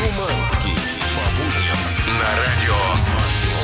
Шуманский. По будням на радио «Максимум».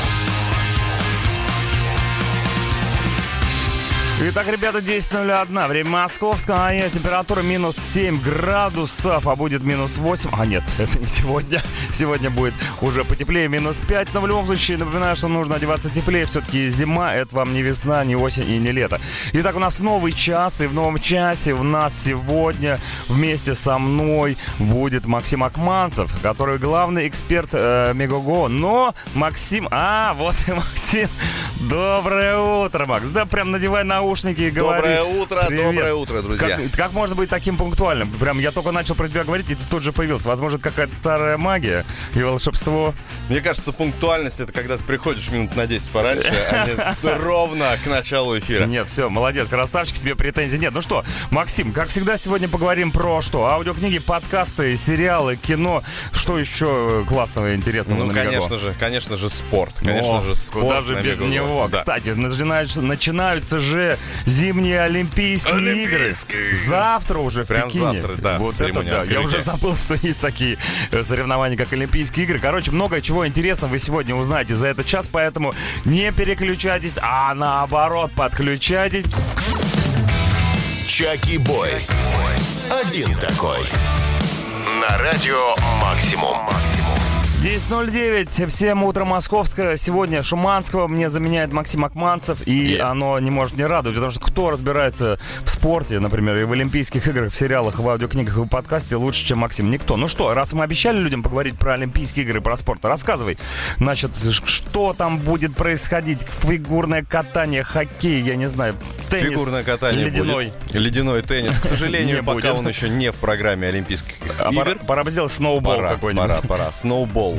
Итак, ребята, 10:01. Время московское. Температура минус 7 градусов, а будет минус 8. А нет, это не сегодня. Сегодня будет уже потеплее, минус 5. Но в любом случае, напоминаю, что нужно одеваться теплее. Все-таки зима, это вам не весна, не осень и не лето. Итак, у нас новый час. И в новом часе у нас сегодня вместе со мной будет Максим Акманцев, который главный эксперт Мегаго. Но Максим... вот и Максим. Доброе утро, Макс. Да, прям надевай наушники и говори. Доброе утро, друзья. Как можно быть таким пунктуальным? Прям я только начал про тебя говорить, и ты тут же появился. Возможно, какая-то старая магия и волшебство. Мне кажется, пунктуальность — это когда ты приходишь минут на 10 пораньше, а не ровно к началу эфира. Нет, все, молодец, красавчик, тебе претензий нет. Ну что, Максим, как всегда, сегодня поговорим про что? Аудиокниги, подкасты, сериалы, кино. Что еще классного и интересного на Мегаго? Конечно же, спорт. Конечно же, спорт. Куда же без него? Да. Кстати, начинаются же зимние Олимпийские игры. Завтра уже в Прям Пекине. завтра, да. Вот это да. Я уже забыл, что есть такие соревнования, как Олимпийские игры. Короче, много чего интересного вы сегодня узнаете за этот час, поэтому не переключайтесь, а наоборот подключайтесь. Чаки-бой. Один такой. На радио «Максимум». 10:09. Всем утро московское. Сегодня Шуманского мне заменяет Максим Акманцев. И оно не может не радовать, потому что кто разбирается в спорте, например, и в Олимпийских играх, в сериалах, в аудиокнигах и в подкасте лучше, чем Максим? Никто. Ну что, раз мы обещали людям поговорить про Олимпийские игры, про спорт, рассказывай. Значит, что там будет происходить? Фигурное катание, хоккей, я не знаю, теннис. Фигурное катание ледяной. будет. Ледяной теннис. К сожалению, пока он еще не в программе Олимпийских игр. Пора бы сделать сноубол какой-нибудь. Пора. Сноубол.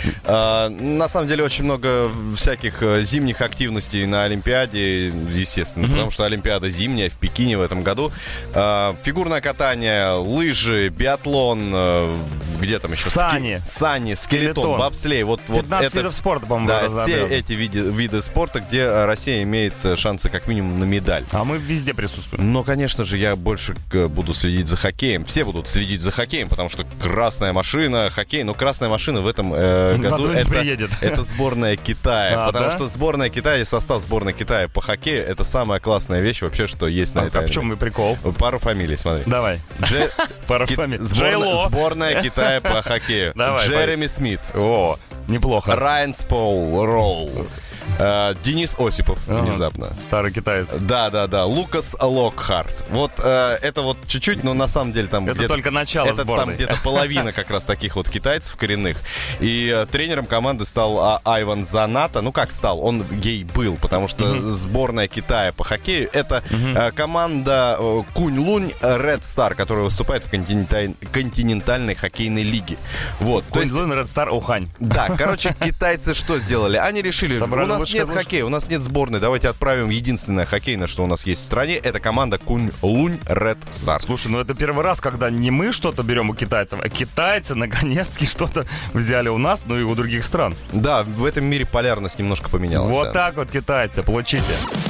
На самом деле очень много всяких зимних активностей на Олимпиаде, естественно, потому что Олимпиада зимняя в Пекине в этом году. Фигурное катание, лыжи, биатлон, где там еще? Сани, скелетон, бобслей. Вот 15 это, видов спорта, по-моему, да, все эти виды спорта, где Россия имеет шансы как минимум на медаль. А мы везде присутствуем. Но, конечно же, я больше буду следить за хоккеем. Все будут следить за хоккеем, потому что красная машина, хоккей. Но красная машина в этом году это сборная Китая. Потому что сборная Китая и состав сборной Китая по хоккею — это самая классная вещь вообще, что есть на этой. А в чем прикол? Пару фамилий, смотри. Давай. Пару фамилий. Сборная Китая по хоккею. Джереми Смит. О, неплохо. Райан Споул. Денис Осипов внезапно. Старый китаец. Да. Лукас Локхарт. Вот это вот чуть-чуть, но на самом деле там... Это только начало сборной. Это там где-то половина как раз таких вот китайцев коренных. И тренером команды стал Айван Заната. Ну как стал? Он ей был, потому что сборная Китая по хоккею — это команда Кунь-Лунь Ред Стар, которая выступает в континентальной хоккейной лиге. Вот. Кунь-Лунь Ред Стар Ухань. Да, короче, китайцы что сделали? Они решили... У нас нет хоккея, у нас нет сборной. Давайте отправим единственное хоккейное, что у нас есть в стране. Это команда Кунь-Лунь Ред Стар. Слушай, ну это первый раз, когда не мы что-то берем у китайцев, а китайцы наконец-таки что-то взяли у нас, ну и у других стран. Да, в этом мире полярность немножко поменялась. Вот так вот, китайцы, получите.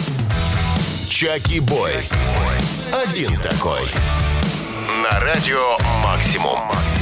Чаки-бой. Один такой. На радио «Максимум».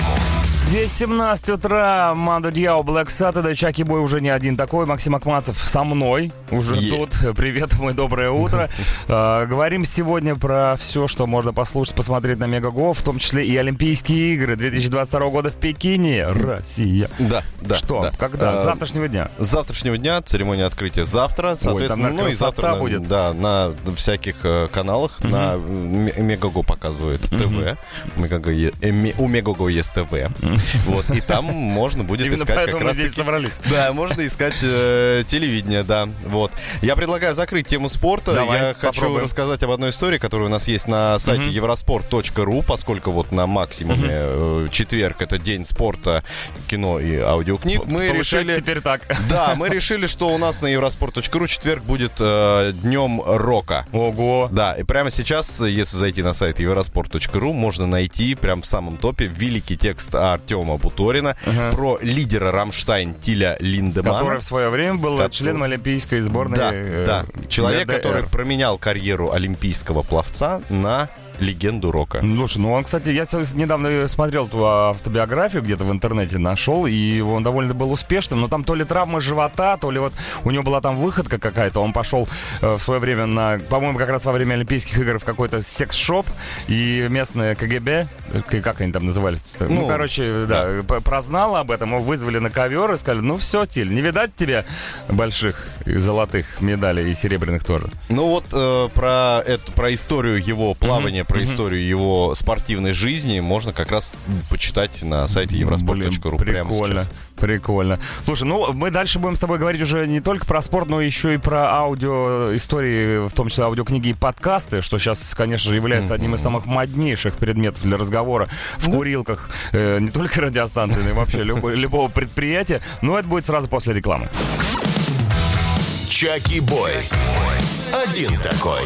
10:17 утра, Мандо Диао, Black Saturday, Чаки-бой уже не один такой, Максим Акманцев со мной уже тут. Привет, мой доброе утро. Говорим сегодня про все, что можно послушать, посмотреть на Мегаго, в том числе и Олимпийские игры 2022 года в Пекине, Россия. Да. Что? Когда? С завтрашнего дня? С завтрашнего дня, церемония открытия завтра, соответственно, ну и завтра будет. Да, на всяких каналах, на Мегаго показывает ТВ, у Мегаго есть ТВ. Вот, и там можно будет именно искать поэтому как раз мы здесь собрались. Да, можно искать телевидение, да. Вот. Я предлагаю закрыть тему спорта. Давай, хочу рассказать об одной истории, которая у нас есть на сайте eurosport.ru, поскольку вот на максимуме четверг — это день спорта, кино и аудиокниг. Мы решили... теперь так. Да, мы решили, что у нас на eurosport.ru четверг будет днем рока. Ого. Да, и прямо сейчас, если зайти на сайт eurosport.ru, можно найти прям в самом топе великий текст Артема Буторина про лидера Рамштайн Тиля Линдемана. Который в свое время был членом олимпийской сборной. Да. Человек, который променял карьеру олимпийского пловца на легенду рока. Слушай, ну он, кстати, я недавно смотрел ту автобиографию, где-то в интернете нашел, и он довольно был успешным, но там то ли травма живота, то ли вот у него была там выходка какая-то, он пошел в свое время по-моему, как раз во время Олимпийских игр в какой-то секс-шоп, и местное КГБ, как они там назывались? Ну, короче, да, прознало об этом, его вызвали на ковер и сказали, ну все, Тиль, не видать тебе больших и золотых медалей и серебряных тоже. Ну вот про историю его плавания, про историю его спортивной жизни можно как раз почитать на сайте eurosport.ru. Прикольно. Слушай, ну мы дальше будем с тобой говорить уже не только про спорт, но еще и про аудио истории, в том числе аудиокниги и подкасты, что сейчас, конечно же, является одним из самых моднейших предметов для разговора в курилках не только радиостанции, но и вообще любого предприятия. Но это будет сразу после рекламы. Чаки-бой. Один такой.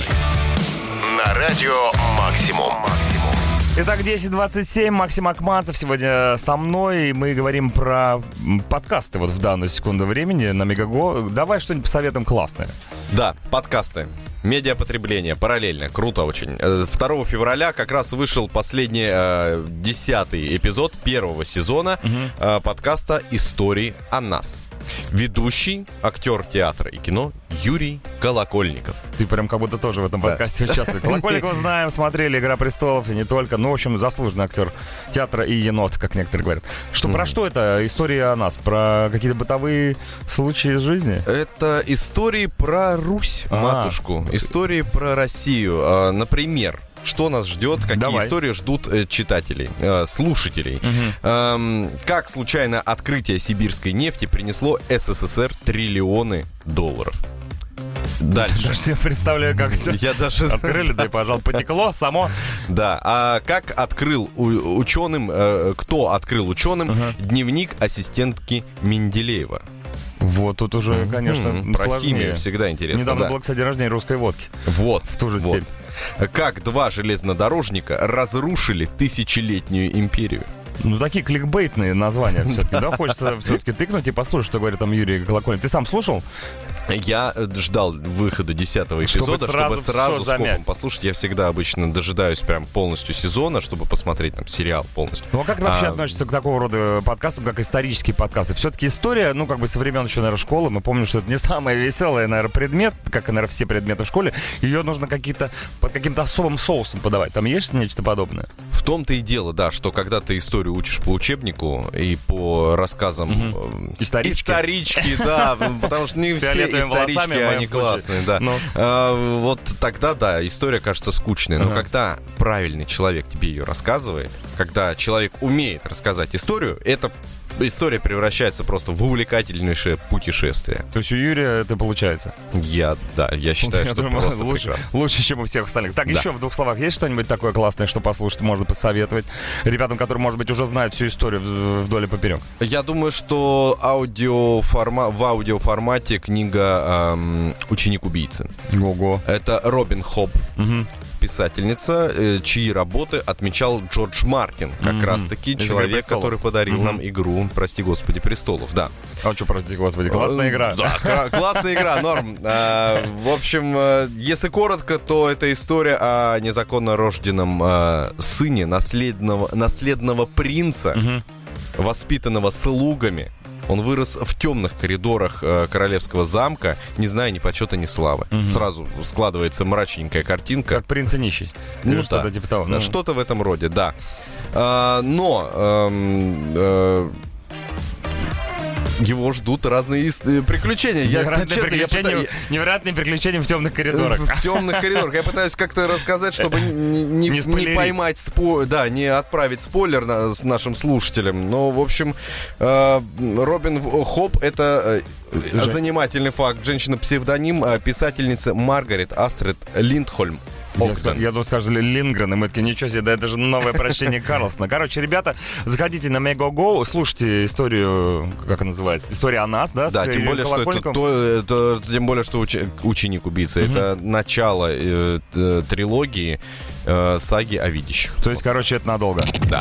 На радио «Максимум». Итак, 10:27, Максим Акманцев сегодня со мной, и мы говорим про подкасты вот в данную секунду времени на Мегаго. Давай что-нибудь посоветуем классное. Да, подкасты. Медиапотребление, параллельно, круто очень. 2 февраля как раз вышел последний 10-й эпизод первого сезона подкаста «Истории о нас». Ведущий, актер театра и кино Юрий Колокольников. Ты прям как будто тоже в этом подкасте участвуешь. Колокольникова знаем, смотрели «Игра престолов» и не только. Ну, в общем, заслуженный актер театра и енот, как некоторые говорят. Про что это? История о нас? Про какие-то бытовые случаи из жизни? Это истории про Русь, матушку. Истории про Россию. Например, что нас ждет, какие истории ждут читателей, слушателей. Как случайное открытие сибирской нефти принесло СССР триллионы долларов. Дальше. Я представляю, как это открыли, да и, пожалуйста, потекло само. Да, а как открыл ученым, кто открыл ученым дневник ассистентки Менделеева? Вот тут уже, конечно, про сложнее. химию всегда интересно. Недавно было, кстати, день рождения русской водки. Вот. В ту же степь. Как 2 железнодорожника разрушили тысячелетнюю империю. Ну, такие кликбейтные названия все-таки, да? Хочется все-таки тыкнуть и послушать, что говорит там Юрий Колокольников. Ты сам слушал? Я ждал выхода 10-го эпизода, чтобы сразу скопом послушать. Я всегда обычно дожидаюсь прям полностью сезона, чтобы посмотреть там сериал полностью. Ну, а как ты вообще относишься к такого рода подкастам, как исторические подкасты? Все-таки история, ну, как бы со времен еще, наверное, школы. Мы помним, что это не самый веселый, наверное, предмет, как, наверное, все предметы в школе. Ее нужно под каким-то особым соусом подавать. Там есть нечто подобное? В том-то и дело, да, что когда ты историю учишь по учебнику и по рассказам исторички, да, потому что не все исторички, они классные, да. Вот тогда, да, история кажется скучной. Но когда правильный человек тебе ее рассказывает, когда человек умеет рассказать историю, эта история превращается просто в увлекательнейшее путешествие. То есть у Юрия это получается? Я считаю, что просто прекрасно. Лучше, чем у всех остальных. Так, еще в 2 словах, есть что-нибудь такое классное, что послушать, можно посоветовать ребятам, которые, может быть, уже знают всю историю вдоль и поперек? Я думаю, что в аудиоформате книга «Ученик убийцы». Ого. Это Робин Хобб. Писательница, чьи работы отмечал Джордж Мартин. Как раз-таки человек, который подарил нам игру, прости господи, престолов. Да. А что, прости господи, классная игра. Да, классная игра, норм. В общем, если коротко, то это история о незаконно рожденном сыне наследного принца, воспитанного слугами. Он вырос в темных коридорах королевского замка, не зная ни почета, ни славы. Сразу складывается мрачненькая картинка. Как принц и нищий. Ну, что-то типа того. Что-то в этом роде, да. Но его ждут разные приключения. Невероятные приключения в темных коридорах. В темных коридорах. Я пытаюсь как-то рассказать, чтобы не поймать, не отправить спойлер нашим слушателям. Но, в общем, Робин Хобб — это занимательный факт. Женщина-псевдоним писательницы Маргарет Астрид Линдхольм. Я думаю, скажем, Линдгрен, и мы такие, ничего себе, да это же новое прощение Карлсона. Короче, ребята, заходите на Мегаго, слушайте историю, как она называется, история о нас, да? Да, тем более, что ученик убийцы. Это начало трилогии саги о видящих. То есть, короче, это надолго. Да.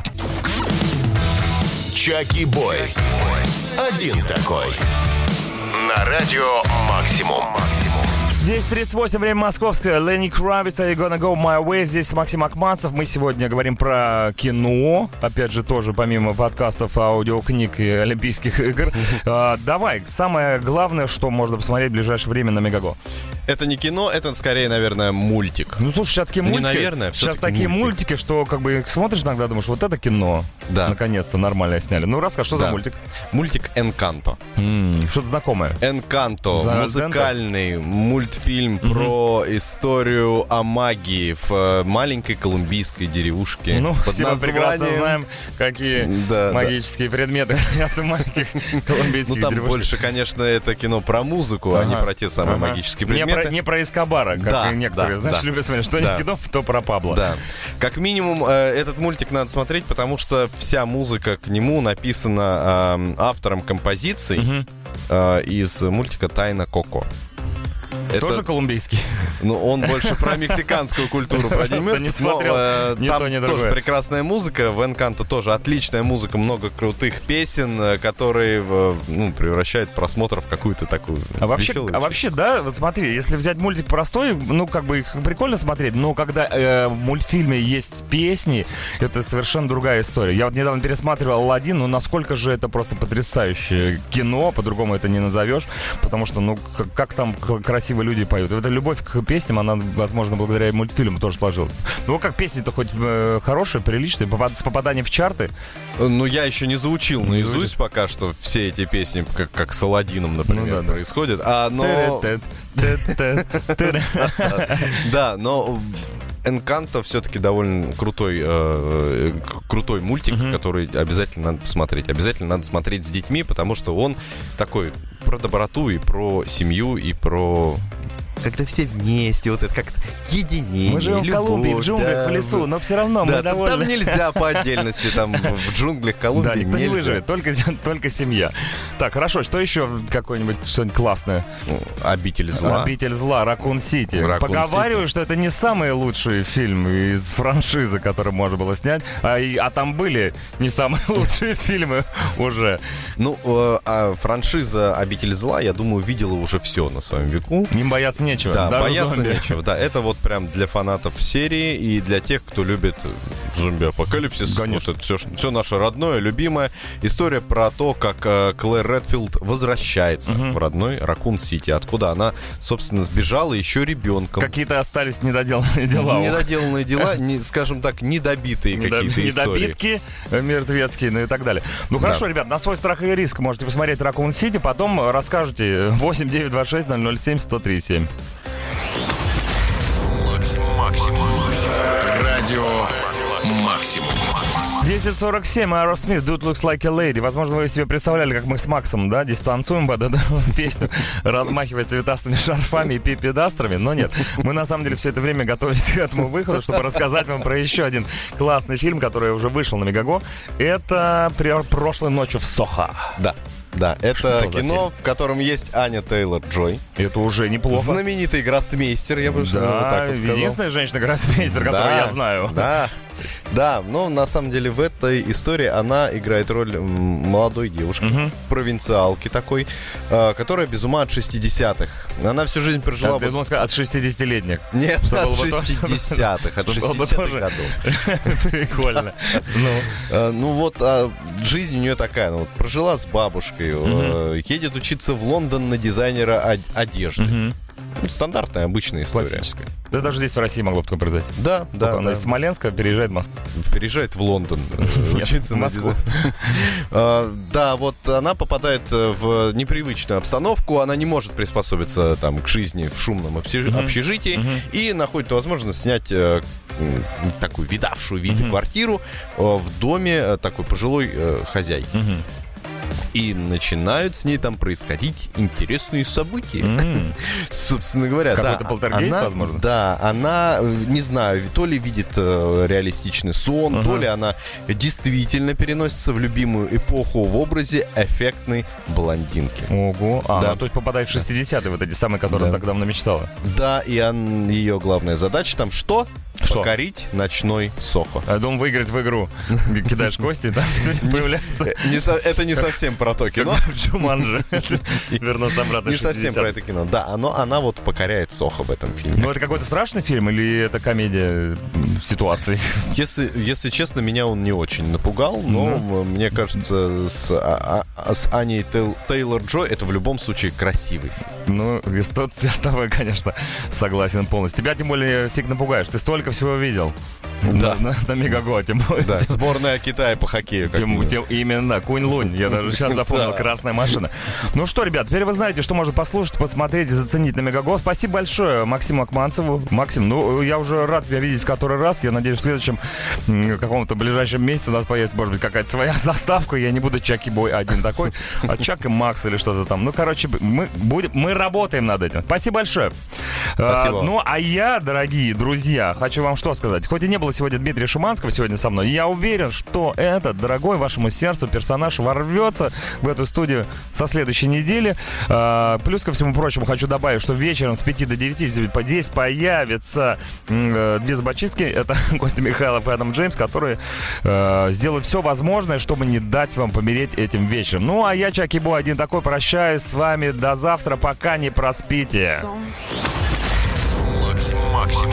Чаки-бой. Один такой. На радио «Максимум». 10:38, время московское. Ленни Кравиц, I Gonna Go My Way. Здесь Максим Акманцев. Мы сегодня говорим про кино. Опять же, тоже помимо подкастов, аудиокниг и Олимпийских игр. Давай, самое главное, что можно посмотреть в ближайшее время на Мегаго. Это не кино, это скорее, наверное, мультик. Ну, слушай, сейчас такие мультики. Наверное, сейчас такие мультики, что как бы их смотришь иногда, думаешь, вот это кино. Да. Наконец-то нормально сняли. Ну, расскажи, что за мультик? Мультик «Энканто». Что-то знакомое. «Энканто» — музыкальный мультфильм про историю о магии в маленькой колумбийской деревушке. Ну, под все мы прекрасно знаем, какие магические предметы в маленьких колумбийских деревушках. Ну, там больше, конечно, это кино про музыку, а не про те самые магические предметы. Не про Эскобара, как и некоторые, знаешь, любят смотреть, что не кино, то про Пабло. Да. Как минимум, этот мультик надо смотреть, потому что вся музыка к нему написана автором композиций из мультика «Тайна Коко». Тоже колумбийский? Ну, он больше про мексиканскую культуру, про аниме. Не смотрел, ни то, ни другое. Там тоже прекрасная музыка. В «Энканто» тоже отличная музыка, много крутых песен, которые превращают просмотр в какую-то такую веселую. А вообще, да, вот смотри, если взять мультик простой, ну, как бы прикольно смотреть, но когда в мультфильме есть песни, это совершенно другая история. Я вот недавно пересматривал «Аладдин», ну, насколько же это просто потрясающее кино, по-другому это не назовешь, потому что, ну, как там красиво люди поют. Эта любовь к песням, она, возможно, благодаря мультфильму тоже сложилась. Ну, как песни-то хоть хорошие, приличные, с попаданием в чарты. Ну, я еще не заучил наизусть пока что все эти песни, как с «Аладдином», например, происходят. Да, но «Энканто» все-таки довольно крутой мультик, который обязательно надо посмотреть. Обязательно надо смотреть с детьми, потому что он такой про доброту и про семью, и про... Когда все вместе, вот это как-то единение, мы живем в Колумбии, в джунглях, в лесу, но все равно мы довольны. Там нельзя по отдельности, там в джунглях Колумбии нельзя. Да, никто не выживет, только семья. Так, хорошо, что еще какое-нибудь что-нибудь классное? «Обитель зла». «Обитель зла», «Ракун Сити». Поговариваю, что это не самый лучший фильм из франшизы, который можно было снять, а там были не самые лучшие фильмы уже. Ну, франшиза «Обитель зла», я думаю, видела уже все на своем веку. Им бояться нечего. Да, бояться нечего. Да, это вот прям для фанатов серии и для тех, кто любит зомби-апокалипсис. Конечно. Вот это все наше родное, любимое. История про то, как Клэр Редфилд возвращается в родной Ракун-Сити, откуда она, собственно, сбежала еще ребенком. Какие-то остались недоделанные дела. Недоделанные дела, скажем так, недобитые какие-то истории. Недобитки мертвецкие, ну и так далее. Ну хорошо, ребят, на свой страх и риск можете посмотреть Ракун-Сити, потом расскажете 8-926-007-1037. Радио «Максимум». 10:47, Aerosmith, Dude Looks Like a Lady. Возможно, вы себе представляли, как мы с Максом, да, здесь танцуем под эту песню, размахивая цветастыми шарфами и пипедастрами, но нет. Мы, на самом деле, все это время готовились к этому выходу, чтобы рассказать вам про еще один классный фильм, который уже вышел на Мегаго. Это «Прошлой ночью в Сохо». Да, это кино, в котором есть Аня Тейлор-Джой. Это уже неплохо. Знаменитый гроссмейстер, я бы вот так вот сказал. Единственная женщина-гроссмейстер, которую я знаю. Да, но на самом деле в этой истории она играет роль молодой девушки, провинциалки такой, которая без ума от 60-х. Она всю жизнь прожила... Я думал сказать, от 60-летних. Нет, от 60-х, от 60-х годов. Прикольно. Ну вот, жизнь у нее такая, ну вот прожила с бабушкой, едет учиться в Лондон на дизайнера одежды. Стандартная, обычная история. Классическая. Да даже здесь в России могло бы такое произойти. Да. Она из Смоленска переезжает в Москву. Переезжает в Лондон учиться на дизайн. Да, вот она попадает в непривычную обстановку, она не может приспособиться там к жизни в шумном общежитии и находит возможность снять такую видавшую виды квартиру в доме такой пожилой хозяйки. И начинают с ней там происходить интересные события. Собственно говоря, какой-то полтергейст, возможно? Да, она, не знаю, то ли видит реалистичный сон, то ли она действительно переносится в любимую эпоху в образе эффектной блондинки. Ого, ну, то есть попадает в 60-е, вот эти самые, которые так давно мечтала. Да, и ее главная задача там что? Что? Покорить ночной Сохо. Я думал, выиграть в игру. Кидаешь кости, там появляется... Это не совсем про то кино. Джуманджи. Вернулся обратно. Не совсем про это кино. Да, она вот покоряет Сохо в этом фильме. Ну, это какой-то страшный фильм или это комедия ситуаций? Если честно, меня он не очень напугал, но мне кажется, с Аней Тейлор-Джой это в любом случае красивый фильм. Ну, я с тобой, конечно, согласен полностью. Тебя, тем более, фиг напугаешь. Ты столько всего видел. Да. На Мегаго, тем более. Да, сборная Китая по хоккею. Именно, Кунь-Лунь. Я даже сейчас запомнил, красная машина. Ну что, ребят, теперь вы знаете, что можно послушать, посмотреть и заценить на Мегаго. Спасибо большое Максиму Акманцеву. Максим, ну, я уже рад тебя видеть в который раз. Я надеюсь, в следующем каком-то ближайшем месяце у нас появится, может быть, какая-то своя заставка. Я не буду Чаки Бой один такой, а Чак и Макс или что-то там. Ну, короче, мы работаем над этим. Спасибо большое. Спасибо. Ну, а я, дорогие друзья, хочу вам что сказать. Хоть и не было сегодня Дмитрия Шуманского сегодня со мной, я уверен, что этот, дорогой вашему сердцу персонаж ворвется в эту студию со следующей недели. Плюс ко всему прочему хочу добавить, что вечером с 5 до 9 здесь появятся две зубочистки. Это Костя Михайлов и Адам Джеймс, которые сделают все возможное, чтобы не дать вам помереть этим вечером. Ну, а я, Чаки Бой, один такой, прощаюсь с вами до завтра, пока не проспите. Максимум